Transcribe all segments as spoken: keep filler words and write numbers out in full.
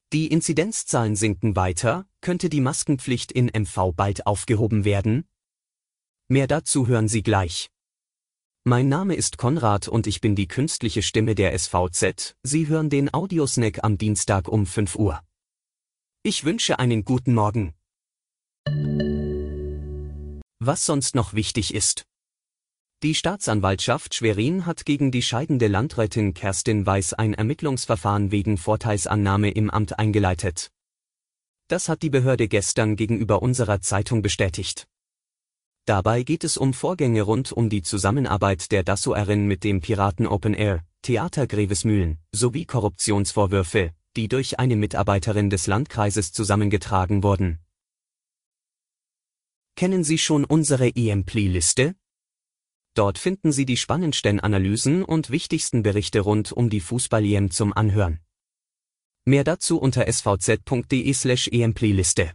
Die Inzidenzzahlen sinken weiter, könnte die Maskenpflicht in M V bald aufgehoben werden? Mehr dazu hören Sie gleich. Mein Name ist Konrad und ich bin die künstliche Stimme der S V Z. Sie hören den Audiosnack am Dienstag um fünf Uhr. Ich wünsche einen guten Morgen. Was sonst noch wichtig ist. Die Staatsanwaltschaft Schwerin hat gegen die scheidende Landrätin Kerstin Weiß ein Ermittlungsverfahren wegen Vorteilsannahme im Amt eingeleitet. Das hat die Behörde gestern gegenüber unserer Zeitung bestätigt. Dabei geht es um Vorgänge rund um die Zusammenarbeit der Dassoerin mit dem Piraten Open Air, Theater Grevesmühlen, sowie Korruptionsvorwürfe, die durch eine Mitarbeiterin des Landkreises zusammengetragen wurden. Kennen Sie schon unsere E M P-Liste? Dort finden Sie die spannendsten Analysen und wichtigsten Berichte rund um die Fußball-E M zum Anhören. Mehr dazu unter s v z punkt d e slash e m playliste.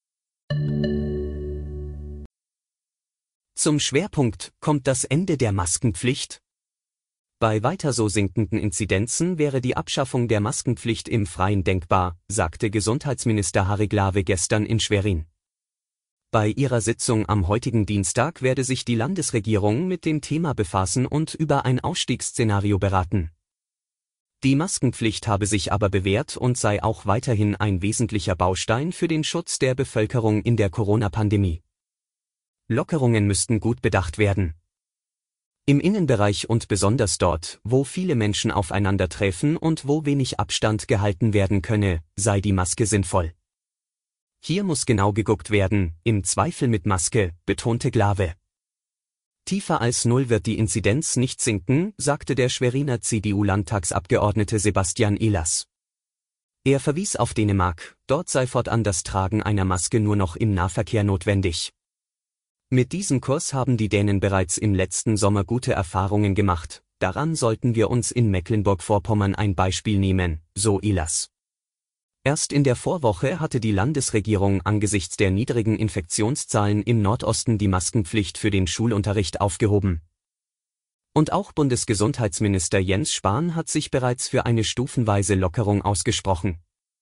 Zum Schwerpunkt kommt das Ende der Maskenpflicht. Bei weiter so sinkenden Inzidenzen wäre die Abschaffung der Maskenpflicht im Freien denkbar, sagte Gesundheitsminister Harry Glawe gestern in Schwerin. Bei ihrer Sitzung am heutigen Dienstag werde sich die Landesregierung mit dem Thema befassen und über ein Ausstiegsszenario beraten. Die Maskenpflicht habe sich aber bewährt und sei auch weiterhin ein wesentlicher Baustein für den Schutz der Bevölkerung in der Corona-Pandemie. Lockerungen müssten gut bedacht werden. Im Innenbereich und besonders dort, wo viele Menschen aufeinandertreffen und wo wenig Abstand gehalten werden könne, sei die Maske sinnvoll. Hier muss genau geguckt werden, im Zweifel mit Maske, betonte Glawe. Tiefer als null wird die Inzidenz nicht sinken, sagte der Schweriner C D U-Landtagsabgeordnete Sebastian Ehlers. Er verwies auf Dänemark, dort sei fortan das Tragen einer Maske nur noch im Nahverkehr notwendig. Mit diesem Kurs haben die Dänen bereits im letzten Sommer gute Erfahrungen gemacht, daran sollten wir uns in Mecklenburg-Vorpommern ein Beispiel nehmen, so Ehlers. Erst in der Vorwoche hatte die Landesregierung angesichts der niedrigen Infektionszahlen im Nordosten die Maskenpflicht für den Schulunterricht aufgehoben. Und auch Bundesgesundheitsminister Jens Spahn hat sich bereits für eine stufenweise Lockerung ausgesprochen.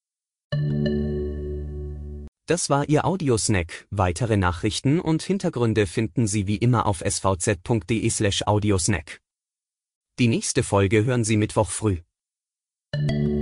Das war Ihr Audiosnack. Weitere Nachrichten und Hintergründe finden Sie wie immer auf s v z punkt d e slash audiosnack. Die nächste Folge hören Sie Mittwoch früh.